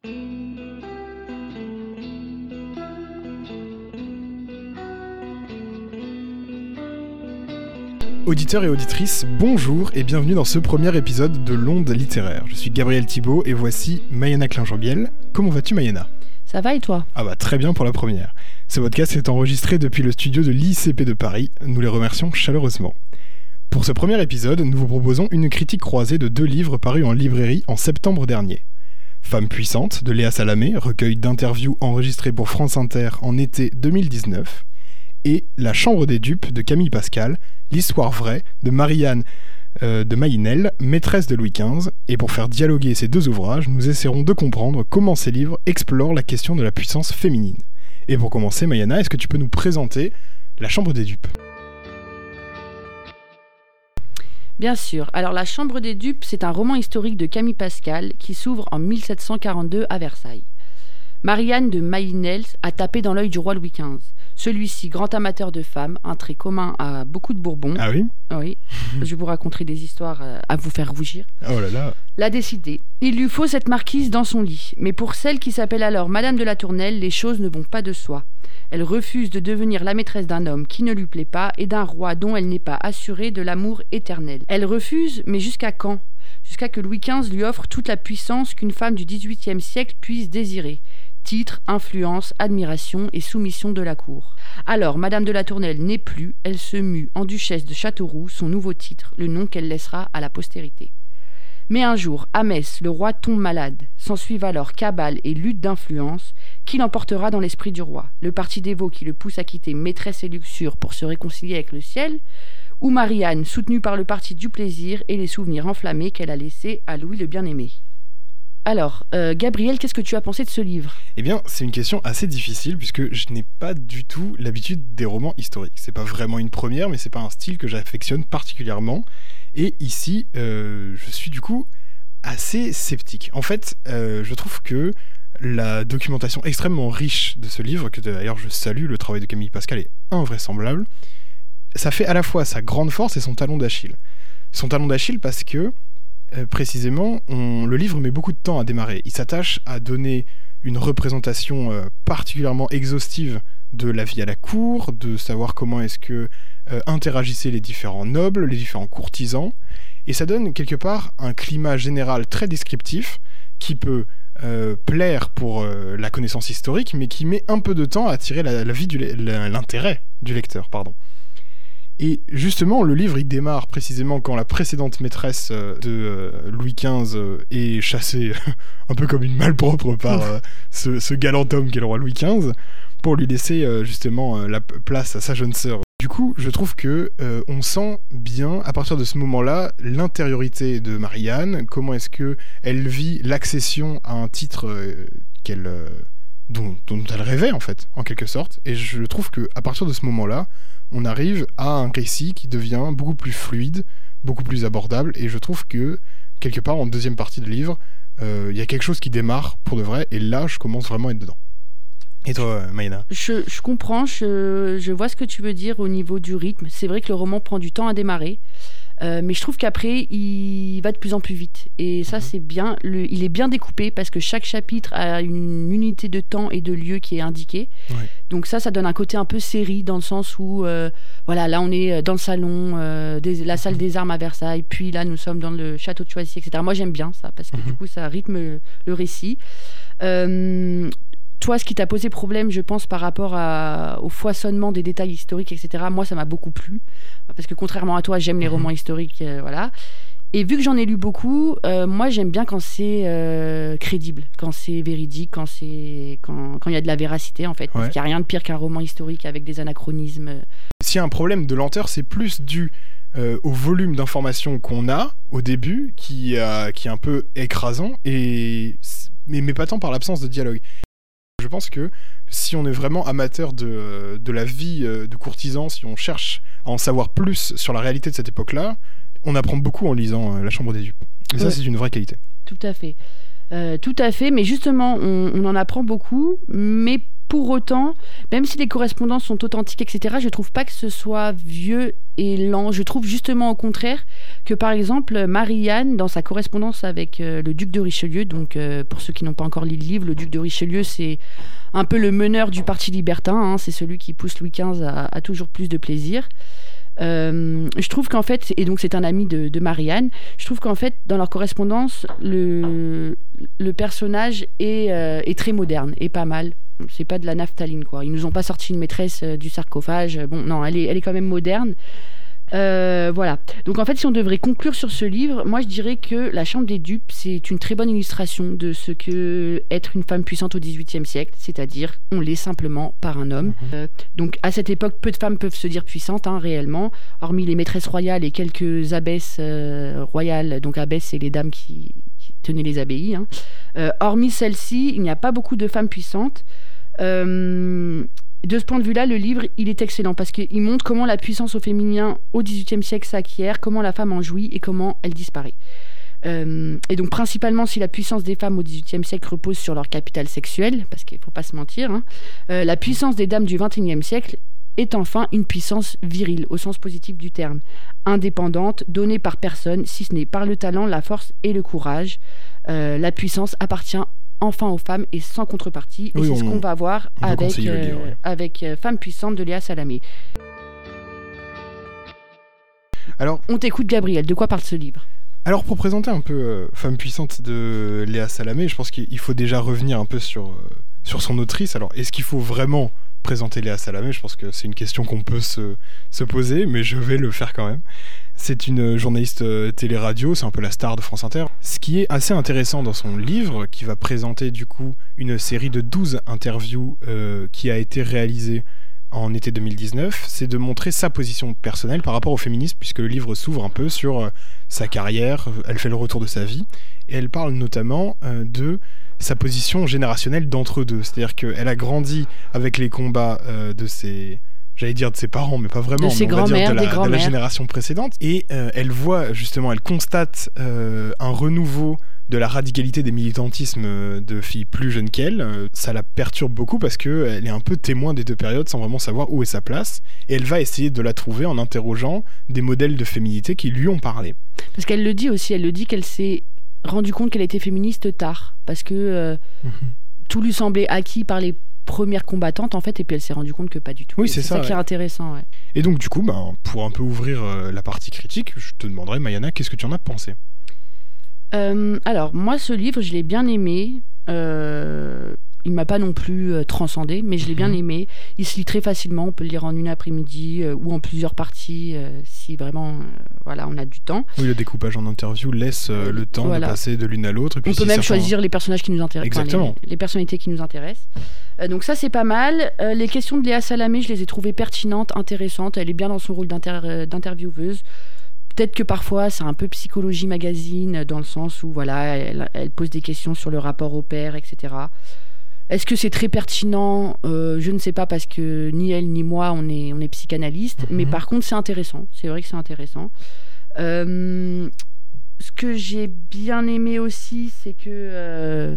Auditeurs et auditrices, bonjour et bienvenue dans ce premier épisode de l'Onde littéraire. Je suis Gabriel Thibault et voici Maïana Klingebiel. Comment vas-tu, Maïana ? Ça va et toi ? Ah bah très bien pour la première. Ce podcast est enregistré depuis le studio de l'ICP de Paris. Nous les remercions chaleureusement. Pour ce premier épisode, nous vous proposons une critique croisée de 2 livres parus en librairie en septembre dernier. Femme puissante de Léa Salamé, recueil d'interviews enregistré pour France Inter en été 2019. Et La Chambre des dupes de Camille Pascal, l'histoire vraie de Marianne de Mayinel, maîtresse de Louis XV. Et pour faire dialoguer ces 2 ouvrages, nous essaierons de comprendre comment ces livres explorent la question de la puissance féminine. Et pour commencer, Maïana, est-ce que tu peux nous présenter La Chambre des dupes ? Bien sûr. Alors, La Chambre des dupes, c'est un roman historique de Camille Pascal qui s'ouvre en 1742 à Versailles. Marianne de Mayinel a tapé dans l'œil du roi Louis XV. Celui-ci, grand amateur de femmes, un trait commun à beaucoup de Bourbons. Ah oui ? Oui, je vous raconterai des histoires à vous faire rougir. Oh là là ! L'a décidé. Il lui faut cette marquise dans son lit. Mais pour celle qui s'appelle alors Madame de la Tournelle, les choses ne vont pas de soi. Elle refuse de devenir la maîtresse d'un homme qui ne lui plaît pas et d'un roi dont elle n'est pas assurée de l'amour éternel. Elle refuse, mais jusqu'à quand ? Jusqu'à que Louis XV lui offre toute la puissance qu'une femme du XVIIIe siècle puisse désirer. Titre, influence, admiration et soumission de la cour. Alors, Madame de la Tournelle n'est plus, elle se mue en duchesse de Châteauroux, son nouveau titre, le nom qu'elle laissera à la postérité. Mais un jour, à Metz, le roi tombe malade. S'ensuivent alors cabale et lutte d'influence. Qui l'emportera dans l'esprit du roi ? Le parti dévot qui le pousse à quitter maîtresse et luxure pour se réconcilier avec le ciel ? Ou Marianne, soutenue par le parti du plaisir et les souvenirs enflammés qu'elle a laissés à Louis le Bien-Aimé ? Alors, Gabriel, qu'est-ce que tu as pensé de ce livre ? Eh bien, c'est une question assez difficile puisque je n'ai pas du tout l'habitude des romans historiques. C'est pas vraiment une première, mais c'est pas un style que j'affectionne particulièrement. Et ici, je suis du coup assez sceptique. En fait, je trouve que la documentation extrêmement riche de ce livre, que d'ailleurs je salue, le travail de Camille Pascal est invraisemblable, ça fait à la fois sa grande force et son talon d'Achille. Son talon d'Achille parce que précisément, le livre met beaucoup de temps à démarrer. Il s'attache à donner une représentation particulièrement exhaustive de la vie à la cour, de savoir comment est-ce que interagissaient les différents nobles, les différents courtisans, et ça donne quelque part un climat général très descriptif qui peut plaire pour la connaissance historique, mais qui met un peu de temps à attirer l'intérêt du lecteur, pardon. Et justement, le livre, il démarre précisément quand la précédente maîtresse de Louis XV est chassée un peu comme une malpropre par ce galant homme qu'est le roi Louis XV, pour lui laisser justement la place à sa jeune sœur. Du coup, je trouve que on sent bien, à partir de ce moment-là, l'intériorité de Marianne, comment est-ce qu'elle vit l'accession à un titre dont elle rêvait, en fait, en quelque sorte. Et je trouve qu'à partir de ce moment-là, on arrive à un récit qui devient beaucoup plus fluide, beaucoup plus abordable, et je trouve que, quelque part, en deuxième partie du livre, il y a quelque chose qui démarre pour de vrai, et là, je commence vraiment à être dedans. Et toi, Maïana ? Je comprends, je vois ce que tu veux dire au niveau du rythme. C'est vrai que le roman prend du temps à démarrer, mais je trouve qu'après, il va de plus en plus vite. Et ça, c'est bien. Il est bien découpé parce que chaque chapitre a une unité de temps et de lieu qui est indiquée. Ouais. Donc ça donne un côté un peu série, dans le sens où, voilà, là, on est dans le salon, la salle des armes à Versailles, puis là, nous sommes dans le château de Choisy, etc. Moi, j'aime bien ça, parce que du coup, ça rythme le récit. Toi, ce qui t'a posé problème, je pense, par rapport au foisonnement des détails historiques, etc., moi, ça m'a beaucoup plu. Parce que contrairement à toi, j'aime les romans historiques, voilà. Et vu que j'en ai lu beaucoup, moi, j'aime bien quand c'est crédible, quand c'est véridique, quand il y a de la véracité, en fait. Ouais. Parce qu'il n'y a rien de pire qu'un roman historique avec des anachronismes. S'il y a un problème de lenteur, c'est plus dû au volume d'informations qu'on a au début, qui est un peu écrasant, mais pas tant par l'absence de dialogue. Je pense que si on est vraiment amateur de la vie de courtisan, si on cherche à en savoir plus sur la réalité de cette époque-là, on apprend beaucoup en lisant La Chambre des dupes. Et ça, c'est une vraie qualité. Tout à fait. Mais justement, on en apprend beaucoup, mais pour autant, même si les correspondances sont authentiques, etc., je trouve pas que ce soit vieux et lent. Je trouve justement au contraire que, par exemple, Marie-Anne, dans sa correspondance avec le duc de Richelieu, donc pour ceux qui n'ont pas encore lu le livre, le duc de Richelieu, c'est un peu le meneur du parti libertin, hein, c'est celui qui pousse Louis XV à toujours plus de plaisir. Je trouve qu'en fait, et donc c'est un ami de Marie-Anne, je trouve qu'en fait, dans leur correspondance, le personnage est très moderne et pas mal. C'est pas de la naphtaline, quoi. Ils nous ont pas sorti une maîtresse du sarcophage. Bon, non, elle est quand même moderne. Voilà. Donc en fait, si on devrait conclure sur ce livre, moi je dirais que La Chambre des dupes, c'est une très bonne illustration de ce que être une femme puissante au XVIIIe siècle, c'est-à-dire on l'est simplement par un homme. Donc à cette époque, peu de femmes peuvent se dire puissantes, hein, réellement, hormis les maîtresses royales et quelques abbesses royales. Donc abbesses, c'est les dames qui tenaient les abbayes. Hein. Hormis celles-ci, il n'y a pas beaucoup de femmes puissantes. De ce point de vue-là, le livre, il est excellent parce qu'il montre comment la puissance au féminin au XVIIIe siècle s'acquiert, comment la femme en jouit et comment elle disparaît. Et donc principalement, si la puissance des femmes au XVIIIe siècle repose sur leur capital sexuel, parce qu'il ne faut pas se mentir, hein, la puissance des dames du XXIe siècle est enfin une puissance virile, au sens positif du terme, indépendante, donnée par personne, si ce n'est par le talent, la force et le courage. La puissance appartient enfin aux femmes et sans contrepartie. Et c'est ce qu'on va voir avec Femme puissante de Léa Salamé. Alors, on t'écoute, Gabriel. De quoi parle ce livre ? Alors, pour présenter un peu Femme puissante de Léa Salamé, je pense qu'il faut déjà revenir un peu sur son autrice. Alors, est-ce qu'il faut vraiment présenter Léa Salamé ? Je pense que c'est une question qu'on peut se poser, mais je vais le faire quand même. C'est une journaliste télé-radio, c'est un peu la star de France Inter. Ce qui est assez intéressant dans son livre, qui va présenter du coup une série de 12 interviews qui a été réalisée en été 2019, c'est de montrer sa position personnelle par rapport au féminisme, puisque le livre s'ouvre un peu sur sa carrière, elle fait le retour de sa vie, et elle parle notamment de sa position générationnelle d'entre deux. C'est-à-dire qu'elle a grandi avec les combats de ses parents, mais pas vraiment, de ses grands-mères, de la génération précédente. Et elle constate un renouveau de la radicalité des militantismes de filles plus jeunes qu'elle. Ça la perturbe beaucoup parce qu'elle est un peu témoin des deux périodes sans vraiment savoir où est sa place. Et elle va essayer de la trouver en interrogeant des modèles de féminité qui lui ont parlé. Parce qu'elle le dit aussi, qu'elle s'est rendue compte qu'elle était féministe tard. Parce que tout lui semblait acquis par les première combattante en fait, et puis elle s'est rendue compte que pas du tout. Oui, c'est ça qui est intéressant. Ouais. Et donc du coup, pour un peu ouvrir la partie critique, je te demanderais, Mayana, qu'est-ce que tu en as pensé ? Alors moi, ce livre, je l'ai bien aimé. Il m'a pas non plus transcendé, mais je l'ai bien aimé. Il se lit très facilement, on peut le lire en une après-midi ou en plusieurs parties si vraiment on a du temps. Oui, le découpage en interview laisse le temps de passer de l'une à l'autre. Et puis on peut même choisir les personnages qui nous intéressent. Exactement. Les personnalités qui nous intéressent. Donc ça, c'est pas mal. Les questions de Léa Salamé, je les ai trouvées pertinentes, intéressantes. Elle est bien dans son rôle d'intervieweuse. Peut-être que parfois, c'est un peu psychologie magazine, dans le sens où elle pose des questions sur le rapport au père, etc. Est-ce que c'est très pertinent ? Je ne sais pas, parce que ni elle ni moi, on est psychanalyste. Mais par contre, c'est intéressant. C'est vrai que c'est intéressant. Ce que j'ai bien aimé aussi, c'est que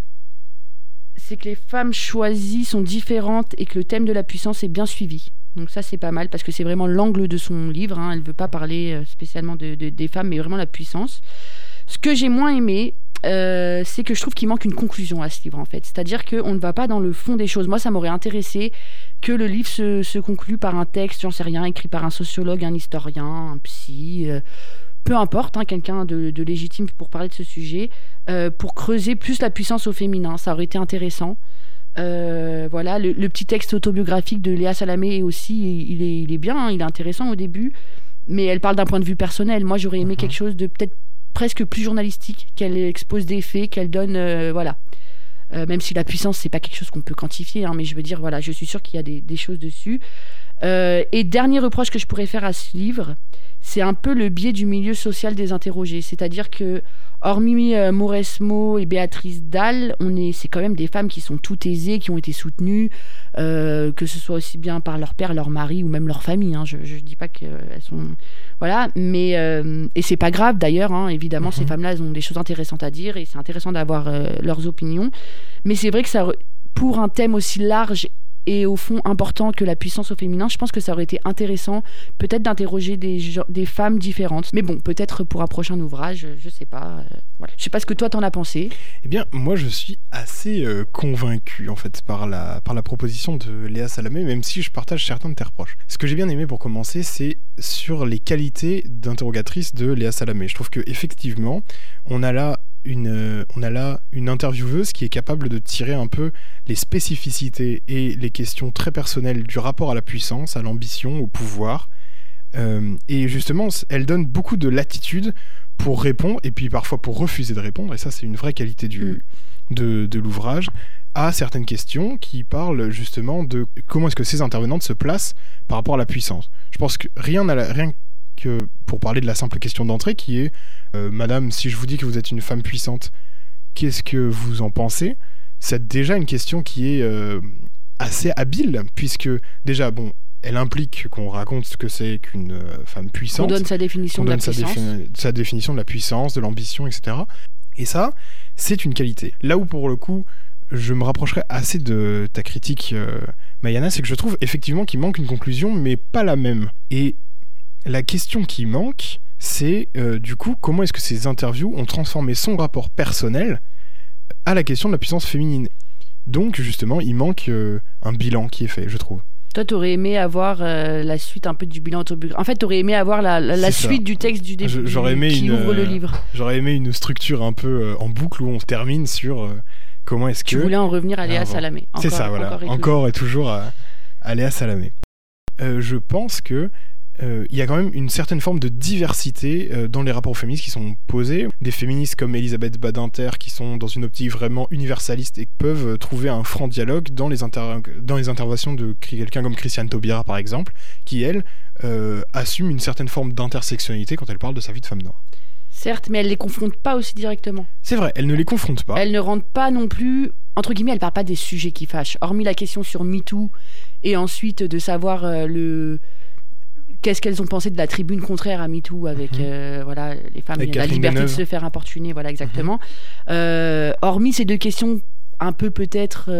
les femmes choisies sont différentes et que le thème de la puissance est bien suivi. Donc ça, c'est pas mal, parce que c'est vraiment l'angle de son livre. Hein. Elle ne veut pas parler spécialement des femmes, mais vraiment la puissance. Ce que j'ai moins aimé, c'est que je trouve qu'il manque une conclusion à ce livre, en fait. C'est-à-dire qu'on ne va pas dans le fond des choses. Moi, ça m'aurait intéressé que le livre se conclue par un texte, j'en sais rien, écrit par un sociologue, un historien, un psy, peu importe, quelqu'un de légitime pour parler de ce sujet, pour creuser plus la puissance au féminin. Ça aurait été intéressant. Le petit texte autobiographique de Léa Salamé est aussi, il est bien, il est intéressant au début, mais elle parle d'un point de vue personnel. Moi, j'aurais aimé quelque chose de peut-être presque plus journalistique, qu'elle expose des faits, qu'elle donne, même si la puissance, c'est pas quelque chose qu'on peut quantifier, mais je veux dire, je suis sûre qu'il y a des choses dessus. Et dernier reproche que je pourrais faire à ce livre, c'est un peu le biais du milieu social des interrogés. C'est-à-dire que, hormis Mauresmo et Béatrice Dalle, c'est quand même des femmes qui sont toutes aisées, qui ont été soutenues, que ce soit aussi bien par leur père, leur mari ou même leur famille. Je dis pas qu'elles sont... Voilà, mais... et c'est pas grave d'ailleurs, évidemment, ces femmes-là, elles ont des choses intéressantes à dire et c'est intéressant d'avoir leurs opinions. Mais c'est vrai que pour un thème aussi large et au fond important que la puissance au féminin, je pense que ça aurait été intéressant peut-être d'interroger des femmes différentes. Mais bon, peut-être pour un prochain ouvrage, je sais pas. Voilà. Je sais pas ce que toi t'en as pensé. Eh bien, moi je suis assez convaincu en fait par la proposition de Léa Salamé, même si je partage certains de tes reproches. Ce que j'ai bien aimé pour commencer, c'est sur les qualités d'interrogatrice de Léa Salamé. Je trouve que effectivement, on a là une intervieweuse qui est capable de tirer un peu les spécificités et les questions très personnelles du rapport à la puissance, à l'ambition, au pouvoir. Et justement, elle donne beaucoup de latitude pour répondre, et puis parfois pour refuser de répondre, et ça c'est une vraie qualité de l'ouvrage, à certaines questions qui parlent justement de comment est-ce que ces intervenantes se placent par rapport à la puissance. Je pense que rien que pour parler de la simple question d'entrée qui est Madame, si je vous dis que vous êtes une femme puissante, qu'est-ce que vous en pensez ? C'est déjà une question qui est assez habile, puisque déjà, bon, elle implique qu'on raconte ce que c'est qu'une femme puissante. On donne sa définition de la puissance. Sa définition de la puissance, de l'ambition, etc. Et ça, c'est une qualité. Là où, pour le coup, je me rapprocherais assez de ta critique, Maïana, c'est que je trouve effectivement qu'il manque une conclusion, mais pas la même. Et la question qui manque, c'est du coup, comment est-ce que ces interviews ont transformé son rapport personnel à la question de la puissance féminine. Donc, justement, il manque un bilan qui est fait, je trouve. Toi, t'aurais aimé avoir la suite un peu du bilan autobiographique. En fait, t'aurais aimé avoir la suite du texte du début qui ouvre le livre. J'aurais aimé une structure un peu en boucle où on termine sur comment est-ce que... Tu voulais en revenir à Léa Salamé. C'est ça, voilà. Encore et toujours à Léa Salamé. Je pense que il y a quand même une certaine forme de diversité dans les rapports féministes qui sont posés. Des féministes comme Elisabeth Badinter qui sont dans une optique vraiment universaliste et peuvent trouver un franc dialogue dans les interventions de quelqu'un comme Christiane Taubira par exemple, qui elle assume une certaine forme d'intersectionnalité quand elle parle de sa vie de femme noire. Certes, mais elle les confronte pas aussi directement. C'est vrai, elle ne les confronte pas. Elle ne rentre pas non plus, entre guillemets, elle parle pas des sujets qui fâchent, hormis la question sur MeToo et ensuite de savoir qu'est-ce qu'elles ont pensé de la tribune contraire à MeToo avec voilà, les femmes, la liberté de se faire importuner, voilà exactement. Hormis ces deux questions un peu peut-être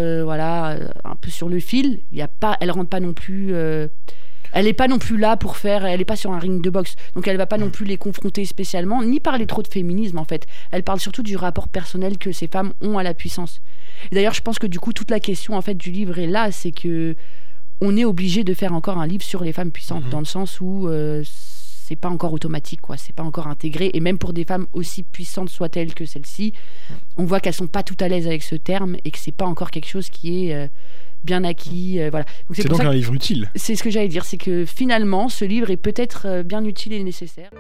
un peu sur le fil, elle rentre pas non plus elle est pas non plus là pour faire, elle est pas sur un ring de boxe, donc elle va pas non plus les confronter spécialement, ni parler trop de féminisme en fait. Elle parle surtout du rapport personnel que ces femmes ont à la puissance. Et d'ailleurs, je pense que du coup toute la question en fait du livre est là, c'est que on est obligé de faire encore un livre sur les femmes puissantes, dans le sens où c'est pas encore automatique, quoi, c'est pas encore intégré, et même pour des femmes aussi puissantes soient-elles que celles-ci, on voit qu'elles sont pas tout à l'aise avec ce terme et que c'est pas encore quelque chose qui est bien acquis, voilà. Donc c'est donc un livre utile. C'est ce que j'allais dire, c'est que finalement ce livre est peut-être bien utile et nécessaire.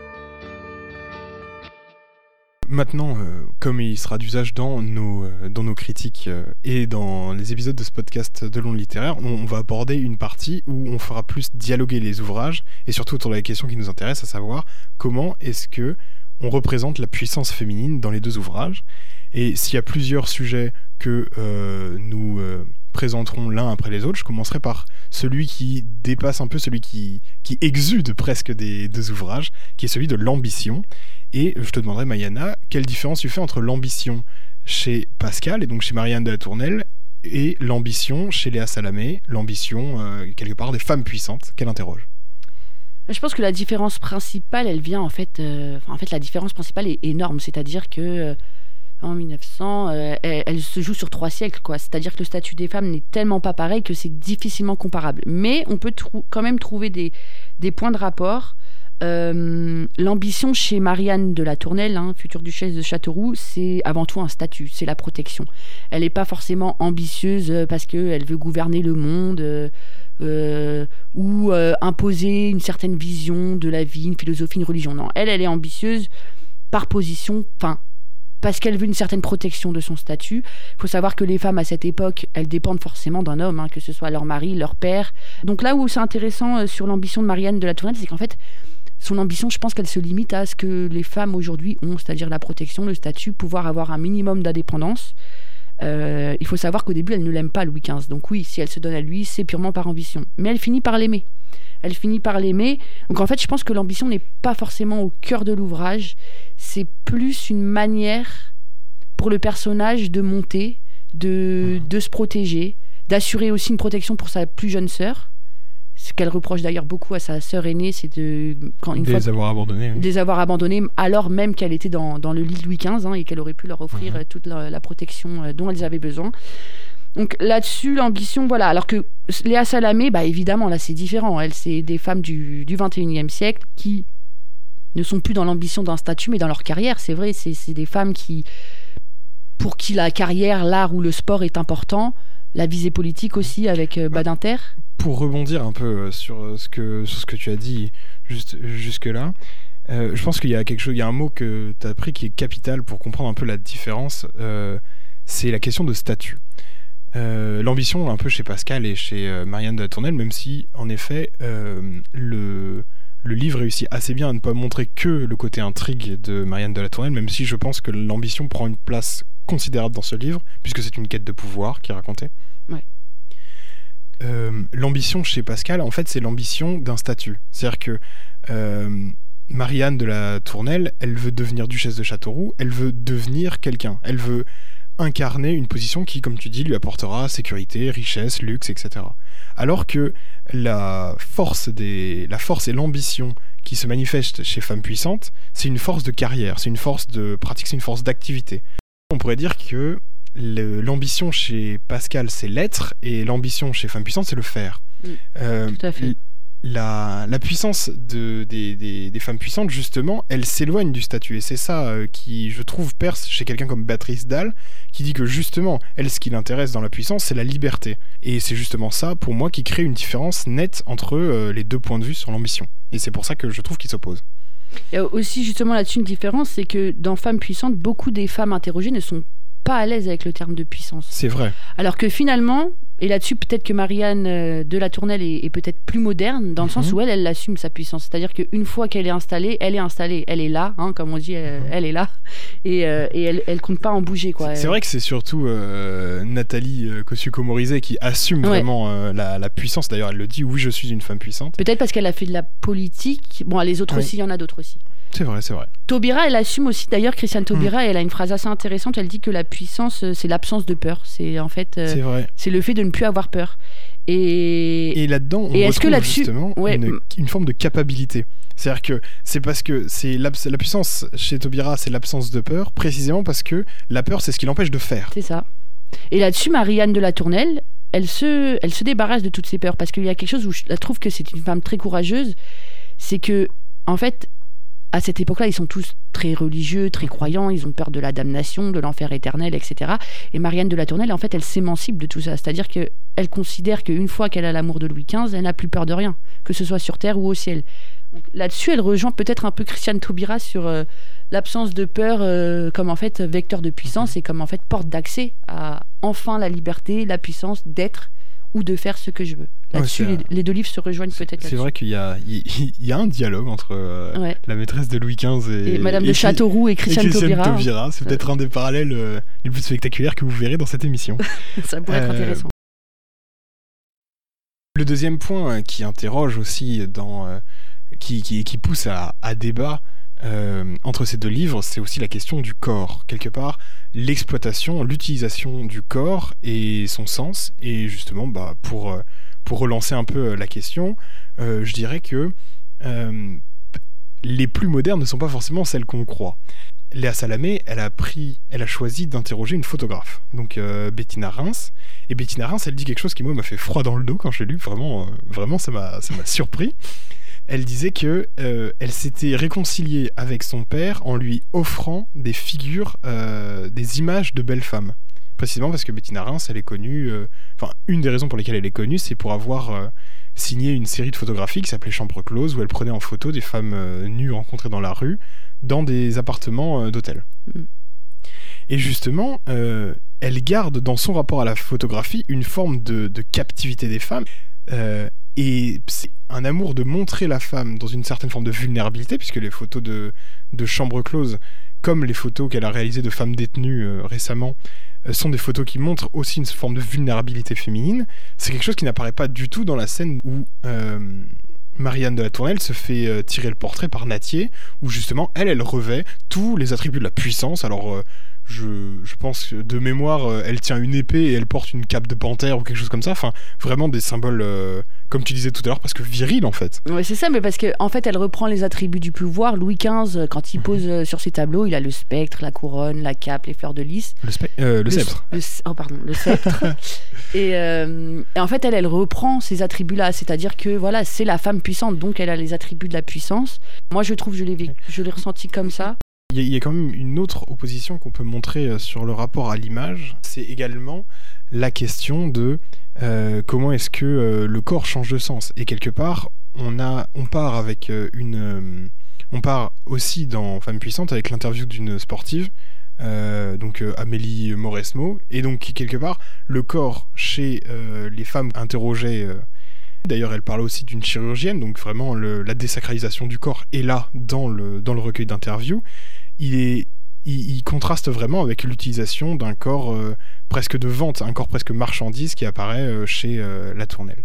Maintenant, comme il sera d'usage dans nos critiques et dans les épisodes de ce podcast de l'onde littéraire, on va aborder une partie où on fera plus dialoguer les ouvrages et surtout autour de la question qui nous intéresse, à savoir comment est-ce que on représente la puissance féminine dans les deux ouvrages. Et s'il y a plusieurs sujets que nous présenterons l'un après les autres, je commencerai par celui qui dépasse un peu, celui qui exude presque des deux ouvrages, qui est celui de l'ambition. Et je te demanderai, Maïana, quelle différence tu fais entre l'ambition chez Pascal, et donc chez Marianne de la Tournelle, et l'ambition chez Léa Salamé, l'ambition, quelque part, des femmes puissantes, qu'elle interroge. Je pense que la différence principale, elle vient en fait la différence principale est énorme, c'est-à-dire que en 1900, elle se joue sur 3 siècles, quoi. C'est-à-dire que le statut des femmes n'est tellement pas pareil que c'est difficilement comparable. Mais on peut quand même trouver des points de rapport. L'ambition chez Marianne de la Tournelle, future duchesse de Châteauroux, c'est avant tout un statut, c'est la protection. Elle n'est pas forcément ambitieuse parce qu'elle veut gouverner le monde ou imposer une certaine vision de la vie, une philosophie, une religion. Non, elle est ambitieuse par position, parce qu'elle veut une certaine protection de son statut. Il faut savoir que les femmes à cette époque, elles dépendent forcément d'un homme, que ce soit leur mari, leur père. Donc là où c'est intéressant sur l'ambition de Marianne de la Tournelle, c'est qu'en fait, son ambition, je pense qu'elle se limite à ce que les femmes aujourd'hui ont, c'est-à-dire la protection, le statut, pouvoir avoir un minimum d'indépendance. Il faut savoir qu'au début, elle ne l'aime pas, Louis XV. Donc oui, si elle se donne à lui, c'est purement par ambition. Mais elle finit par l'aimer. Donc en fait, je pense que l'ambition n'est pas forcément au cœur de l'ouvrage. C'est plus une manière pour le personnage de monter, de se protéger, d'assurer aussi une protection pour sa plus jeune sœur. Ce qu'elle reproche d'ailleurs beaucoup à sa sœur aînée, c'est avoir abandonné. Oui. De les avoir abandonnés, alors même qu'elle était dans le lit de Louis XV et qu'elle aurait pu leur offrir toute la protection dont elles avaient besoin. Donc là-dessus, l'ambition, voilà. Alors que Léa Salamé, évidemment, là c'est différent. Elle, c'est des femmes du 21e siècle qui ne sont plus dans l'ambition d'un statut, mais dans leur carrière. C'est vrai, c'est des femmes pour qui la carrière, l'art ou le sport est important. La visée politique aussi avec Badinter. Pour rebondir un peu sur ce que tu as dit jusque-là, je pense qu'il y a un mot que tu as pris qui est capital pour comprendre un peu la différence, c'est la question de statut. L'ambition un peu chez Pascal et chez Marianne de la Tournelle, même si en effet le livre réussit assez bien à ne pas montrer que le côté intrigue de Marianne de la Tournelle, même si je pense que l'ambition prend une place considérable dans ce livre, puisque c'est une quête de pouvoir qui est racontée. Ouais. L'ambition chez Pascal, en fait, c'est l'ambition d'un statut. C'est-à-dire que Marianne de la Tournelle, elle veut devenir duchesse de Châteauroux, elle veut devenir quelqu'un. Elle veut incarner une position qui, comme tu dis, lui apportera sécurité, richesse, luxe, etc. Alors que la force et l'ambition qui se manifestent chez Femmes Puissantes, c'est une force de carrière, c'est une force de pratique, c'est une force d'activité. On pourrait dire que l'ambition chez Pascal, c'est l'être, et l'ambition chez Femmes Puissantes, c'est le faire. Tout à fait. La puissance des femmes puissantes, justement, elle s'éloigne du statut. Et c'est ça qui, je trouve, perce chez quelqu'un comme Béatrice Dalle, qui dit que, justement, elle, ce qui l'intéresse dans la puissance, c'est la liberté. Et c'est justement ça, pour moi, qui crée une différence nette entre les deux points de vue sur l'ambition. Et c'est pour ça que je trouve qu'ils s'opposent. Il y a aussi, justement, là-dessus, une différence, c'est que dans Femmes puissantes, beaucoup des femmes interrogées ne sont pas à l'aise avec le terme de puissance. C'est vrai. Alors que finalement, et là-dessus peut-être que Marianne de la Tournelle est peut-être plus moderne dans le sens où elle assume sa puissance. C'est-à-dire qu'une fois qu'elle est installée, elle est là, hein, comme on dit, elle est là, et elle compte pas en bouger, quoi. C'est vrai que c'est surtout Nathalie Kosciusko-Morizet qui assume vraiment la puissance. D'ailleurs, elle le dit, oui, je suis une femme puissante. Peut-être parce qu'elle a fait de la politique. Bon, les autres aussi, il y en a d'autres aussi. C'est vrai. Taubira, elle assume aussi, d'ailleurs, Christiane Taubira, elle a une phrase assez intéressante, elle dit que la puissance, c'est l'absence de peur. C'est en fait, c'est le fait de ne plus avoir peur. Et là-dedans, on retrouve justement une forme de capacité. C'est-à-dire que c'est parce que la puissance chez Taubira, c'est l'absence de peur, précisément parce que la peur, c'est ce qui l'empêche de faire. C'est ça. Et là-dessus, Marianne de la Tournelle, elle se débarrasse de toutes ces peurs, parce qu'il y a quelque chose où je trouve que c'est une femme très courageuse, c'est que, en fait, à cette époque-là, ils sont tous très religieux, très croyants, ils ont peur de la damnation, de l'enfer éternel, etc. Et Marianne de la Tournelle, en fait, elle s'émancipe de tout ça. C'est-à-dire qu'elle considère qu'une fois qu'elle a l'amour de Louis XV, elle n'a plus peur de rien, que ce soit sur terre ou au ciel. Donc, là-dessus, elle rejoint peut-être un peu Christiane Taubira sur l'absence de peur comme en fait vecteur de puissance et comme en fait porte d'accès à enfin la liberté, la puissance d'être ou de faire ce que je veux. Là-dessus, les deux livres se rejoignent peut-être. C'est vrai qu'il y a un dialogue entre la maîtresse de Louis XV et Madame de Châteauroux et Christiane Taubira. C'est peut-être un des parallèles les plus spectaculaires que vous verrez dans cette émission. Ça pourrait être intéressant. Le deuxième point qui interroge aussi, qui pousse à débat entre ces deux livres, c'est aussi la question du corps. Quelque part, l'exploitation, l'utilisation du corps et son sens. Et justement, pour relancer un peu la question, je dirais que les plus modernes ne sont pas forcément celles qu'on croit. Léa Salamé, elle a choisi d'interroger une photographe, donc Bettina Reims. Et Bettina Reims, elle dit quelque chose qui, moi, m'a fait froid dans le dos quand je l'ai lu. Vraiment, ça m'a surpris. Elle disait que elle s'était réconciliée avec son père en lui offrant des figures, des images de belles femmes. Précisément parce que Bettina Reims, elle est connue... une des raisons pour lesquelles elle est connue, c'est pour avoir signé une série de photographies qui s'appelait Chambre close, où elle prenait en photo des femmes nues rencontrées dans la rue, dans des appartements d'hôtel. Et justement, elle garde dans son rapport à la photographie une forme de captivité des femmes. Et c'est un amour de montrer la femme dans une certaine forme de vulnérabilité, puisque les photos de Chambre close, comme les photos qu'elle a réalisées de femmes détenues récemment, sont des photos qui montrent aussi une forme de vulnérabilité féminine. C'est quelque chose qui n'apparaît pas du tout dans la scène où Marianne de la Tournelle se fait tirer le portrait par Nattier, où justement elle revêt tous les attributs de la puissance. Alors je pense que de mémoire, elle tient une épée et elle porte une cape de panthère ou quelque chose comme ça. Enfin, vraiment des symboles, comme tu disais tout à l'heure, parce que viril en fait. Ouais, c'est ça, mais parce qu'en fait, elle reprend les attributs du pouvoir. Louis XV, quand il pose sur ses tableaux, il a le spectre, la couronne, la cape, les fleurs de lys. Le sceptre. Le sceptre. Et en fait, elle reprend ces attributs-là, c'est-à-dire que voilà, c'est la femme puissante, donc elle a les attributs de la puissance. Moi, je trouve, je l'ai ressenti comme ça. Il y a quand même une autre opposition qu'on peut montrer sur le rapport à l'image, c'est également la question de comment est-ce que le corps change de sens. Et quelque part, on part avec on part aussi dans Femme puissante avec l'interview d'une sportive, donc Amélie Mauresmo, et donc quelque part, le corps chez les femmes interrogées. D'ailleurs, elle parle aussi d'une chirurgienne, donc vraiment la désacralisation du corps est là dans le recueil d'interviews. Il contraste vraiment avec l'utilisation d'un corps presque de vente, un corps presque marchandise qui apparaît chez Latournelle.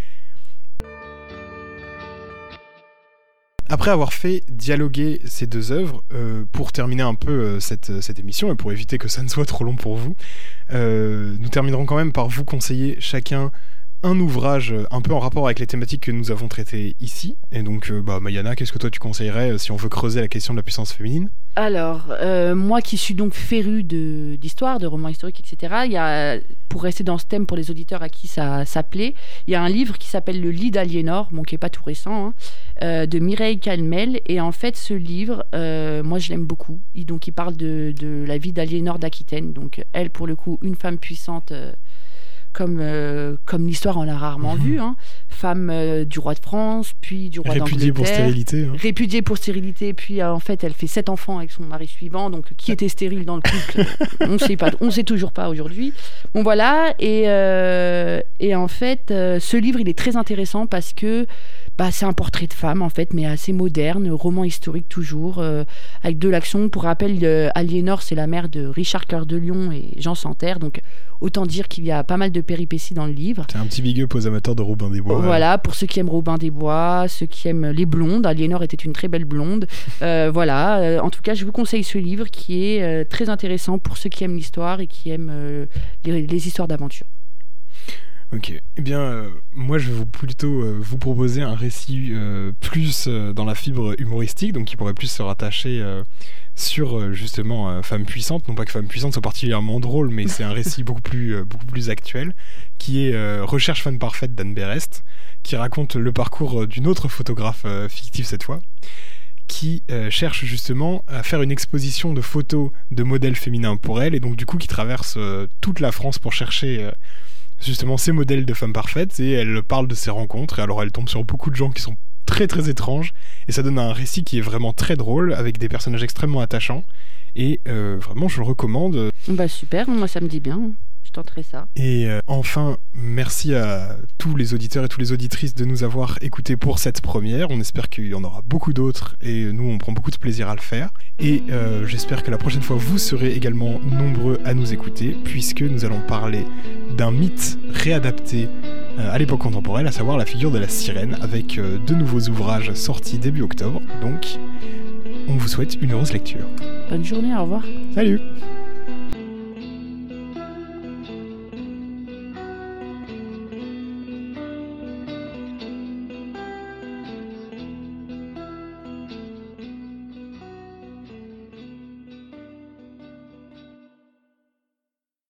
Après avoir fait dialoguer ces deux œuvres, pour terminer un peu cette émission et pour éviter que ça ne soit trop long pour vous, nous terminerons quand même par vous conseiller chacun un ouvrage un peu en rapport avec les thématiques que nous avons traitées ici. Et donc, Maïana, qu'est-ce que toi tu conseillerais si on veut creuser la question de la puissance féminine ? Alors, moi qui suis donc férue d'histoire, de romans historiques, etc., il y a, pour rester dans ce thème pour les auditeurs à qui ça plaît, il y a un livre qui s'appelle Le lit d'Aliénor, bon, qui n'est pas tout récent, de Mireille Calmel. Et en fait, ce livre, moi je l'aime beaucoup. Il parle de la vie d'Aliénor d'Aquitaine. Donc, elle, pour le coup, une femme puissante... Comme l'histoire en a rarement vu, femme du roi de France, puis du roi d'Angleterre. Répudiée pour stérilité. Répudiée pour stérilité, puis en fait elle fait 7 enfants avec son mari suivant, donc qui était stérile dans le couple, on sait toujours pas aujourd'hui. Bon voilà, et en fait ce livre il est très intéressant parce que c'est un portrait de femme en fait, mais assez moderne, roman historique toujours, avec de l'action. Pour rappel, Aliénor c'est la mère de Richard Cœur de Lion et Jean Santerre, donc autant dire qu'il y a pas mal de péripéties dans le livre. C'est un petit big up aux amateurs de Robin des Bois. Voilà, pour ceux qui aiment Robin des Bois, ceux qui aiment les blondes. Aliénor était une très belle blonde. Voilà, en tout cas, je vous conseille ce livre qui est très intéressant pour ceux qui aiment l'histoire et qui aiment les histoires d'aventure. Ok, eh bien, moi je vais plutôt vous proposer un récit plus dans la fibre humoristique, donc qui pourrait plus se rattacher sur justement Femme puissante. Non pas que Femme puissante soit particulièrement drôle, mais c'est un récit beaucoup plus actuel, qui est Recherche femme parfaite d'Anne Berest, qui raconte le parcours d'une autre photographe fictive cette fois, qui cherche justement à faire une exposition de photos de modèles féminins pour elle, et donc du coup qui traverse toute la France pour chercher... justement ces modèles de femmes parfaites, et elle parle de ses rencontres, et alors elle tombe sur beaucoup de gens qui sont très très étranges, et ça donne un récit qui est vraiment très drôle, avec des personnages extrêmement attachants, et vraiment je le recommande. Super, moi ça me dit bien, je tenterai ça. Et enfin, merci à tous les auditeurs et toutes les auditrices de nous avoir écoutés pour cette première. On espère qu'il y en aura beaucoup d'autres, et nous on prend beaucoup de plaisir à le faire. Et j'espère que la prochaine fois vous serez également nombreux à nous écouter, puisque nous allons parler d'un mythe réadapté à l'époque contemporaine, à savoir la figure de la sirène, avec deux nouveaux ouvrages sortis début octobre. Donc, on vous souhaite une heureuse lecture. Bonne journée, au revoir. Salut!